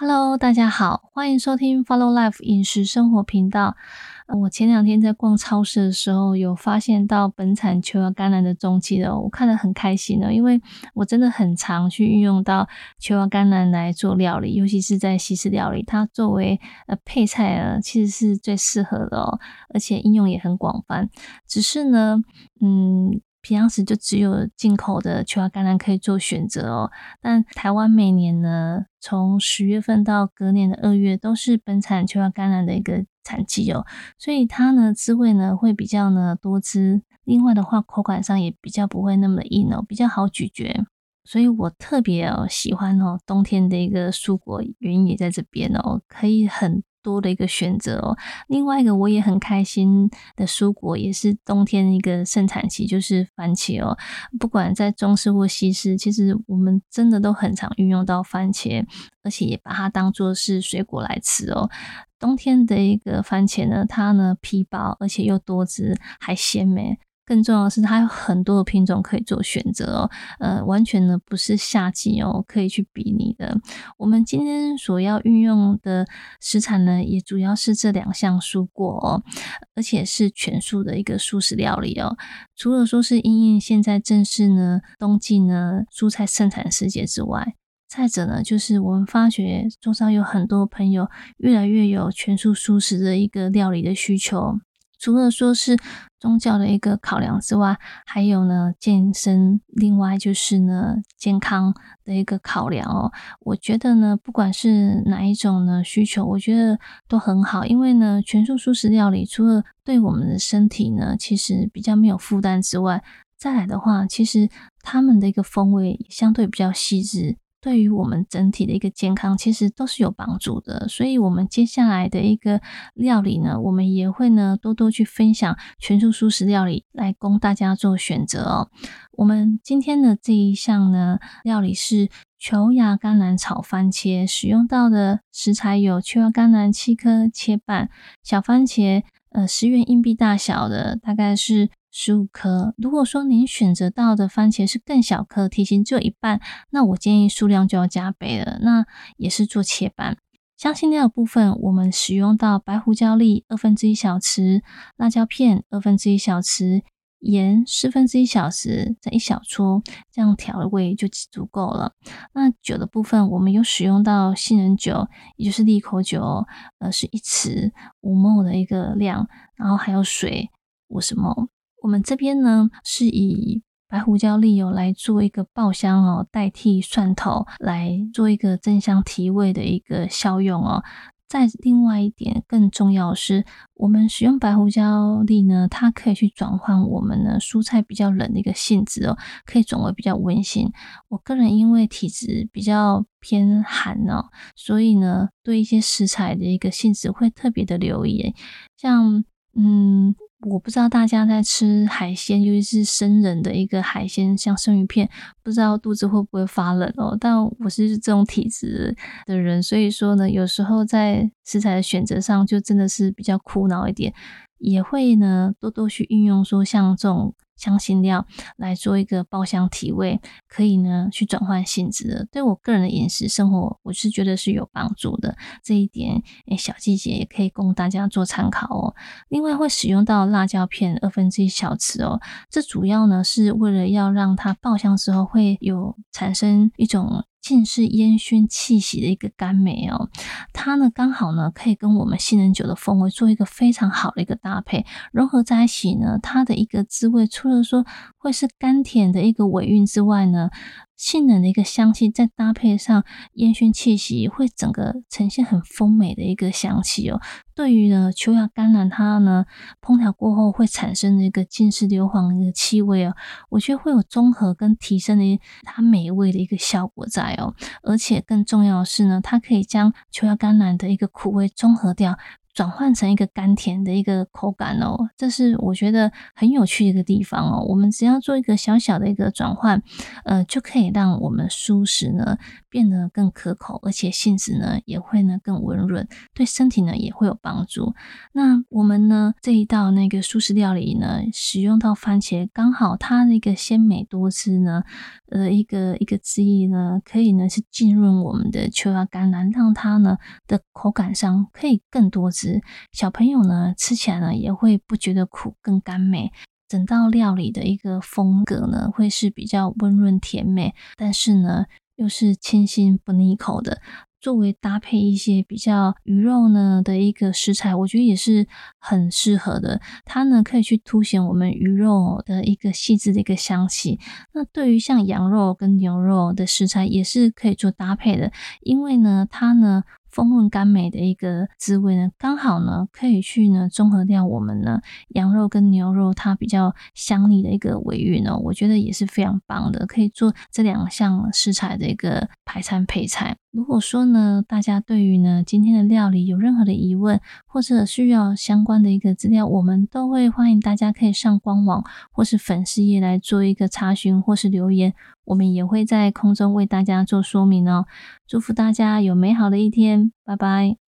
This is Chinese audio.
Hello，大家好，欢迎收听 Follow Life 饮食生活频道。我前2天在逛超市的时候，有发现到本产球芽甘蓝的踪迹了，我看得很开心因为我真的很常去运用到球芽甘蓝来做料理，尤其是在西式料理，它作为配菜其实是最适合的而且应用也很广泛。只是呢，平常时就只有进口的球芽甘蓝可以做选择但台湾每年呢，从10月份到隔年的2月都是本产球芽甘蓝的一个产季所以它呢滋味呢会比较呢多汁，另外的话口感上也比较不会那么的硬比较好咀嚼。所以我特别喜欢冬天的一个蔬果，原因也在这边可以很多的一个选择另外一个我也很开心的蔬果，也是冬天一个盛产期，就是番茄不管在中式或西式，其实我们真的都很常运用到番茄，而且也把它当作是水果来吃冬天的一个番茄呢，它呢皮薄，而且又多汁，还鲜美。更重要的是它有很多的品种可以做选择完全呢不是夏季可以去比拟的。我们今天所要运用的食材呢，也主要是这2项蔬果而且是全素的一个素食料理除了说是因应现在正是呢冬季呢蔬菜盛产时节之外，再者呢，就是我们发觉周遭有很多朋友越来越有全素素食的一个料理的需求，除了说是宗教的一个考量之外，还有呢健身，另外就是呢健康的一个考量我觉得呢不管是哪一种呢需求，我觉得都很好，因为呢全素素食料理除了对我们的身体呢其实比较没有负担之外，再来的话其实他们的一个风味相对比较细致，对于我们整体的一个健康其实都是有帮助的。所以我们接下来的一个料理呢，我们也会呢多多去分享全素素食料理来供大家做选择我们今天的这一项呢料理是球芽甘蓝炒番茄，使用到的食材有球芽甘蓝7颗切半，小番茄10元硬币大小的大概是15颗，如果说您选择到的番茄是更小颗，体型只有1半，那我建议数量就要加倍了，那也是做切半。香辛料的部分，我们使用到白胡椒粒1/2小匙，辣椒片1/2小匙，盐1/4小匙，再1小撮，这样调味就足够了。那酒的部分，我们有使用到杏仁酒，也就是利口酒是1匙5ml 的一个量，然后还有水50ml。我们这边呢是以白胡椒粒来做一个爆香代替蒜头来做一个增香提味的一个效用再另外一点更重要的是，我们使用白胡椒粒呢，它可以去转换我们呢蔬菜比较冷的一个性质可以转为比较温馨。我个人因为体质比较偏寒所以呢对一些食材的一个性质会特别的留意像我不知道大家在吃海鲜，尤其是生冷的一个海鲜，像生鱼片，不知道肚子会不会发冷但我是这种体质的人，所以说呢，有时候在食材的选择上就真的是比较苦恼一点，也会呢多多去运用说像这种香辛料来做一个爆香提味，可以呢去转换性质的，对我个人的饮食生活我是觉得是有帮助的，这一点小细节也可以供大家做参考另外会使用到辣椒片1/2小匙这主要呢是为了要让它爆香之后会有产生一种近似烟熏气息的一个甘美它呢刚好呢可以跟我们杏仁酒的风味做一个非常好的一个搭配，融合在一起呢，它的一个滋味除了说会是甘甜的一个尾韵之外呢，杏仁的一个香气再搭配上烟熏气息，会整个呈现很丰美的一个香气对于呢球芽甘蓝它呢烹调过后会产生的一个近似硫磺的一个气味我觉得会有中和跟提升的它美味的一个效果在而且更重要的是呢，它可以将球芽甘蓝的一个苦味中和掉， 转换成一个甘甜的一个口感哦，这是我觉得很有趣的一个地方哦。我们只要做一个小小的一个转换，就可以让我们蔬食呢变得更可口，而且性质呢也会呢更温润，对身体呢也会有帮助。那我们呢这一道那个蔬食料理呢，使用到番茄，刚好它的一个鲜美多汁呢，一个汁液呢，可以呢是浸润我们的秋芽甘蓝，让它呢的口感上可以更多汁，小朋友呢吃起来呢也会不觉得苦，更甘美。整道料理的一个风格呢，会是比较温润甜美，但是呢又是清新不腻口的。作为搭配一些比较鱼肉呢的一个食材，我觉得也是很适合的。它呢可以去凸显我们鱼肉的一个细致的一个香气。那对于像羊肉跟牛肉的食材也是可以做搭配的，因为呢它呢丰润甘美的一个滋味呢，刚好呢可以去呢综合掉我们呢羊肉跟牛肉它比较香腻的一个尾韵哦，我觉得也是非常棒的，可以做这两项食材的一个排餐配菜。如果说呢大家对于呢今天的料理有任何的疑问，或者需要相关的一个资料，我们都会欢迎大家可以上官网或是粉丝页来做一个查询或是留言，我们也会在空中为大家做说明哦。祝福大家有美好的一天，拜拜。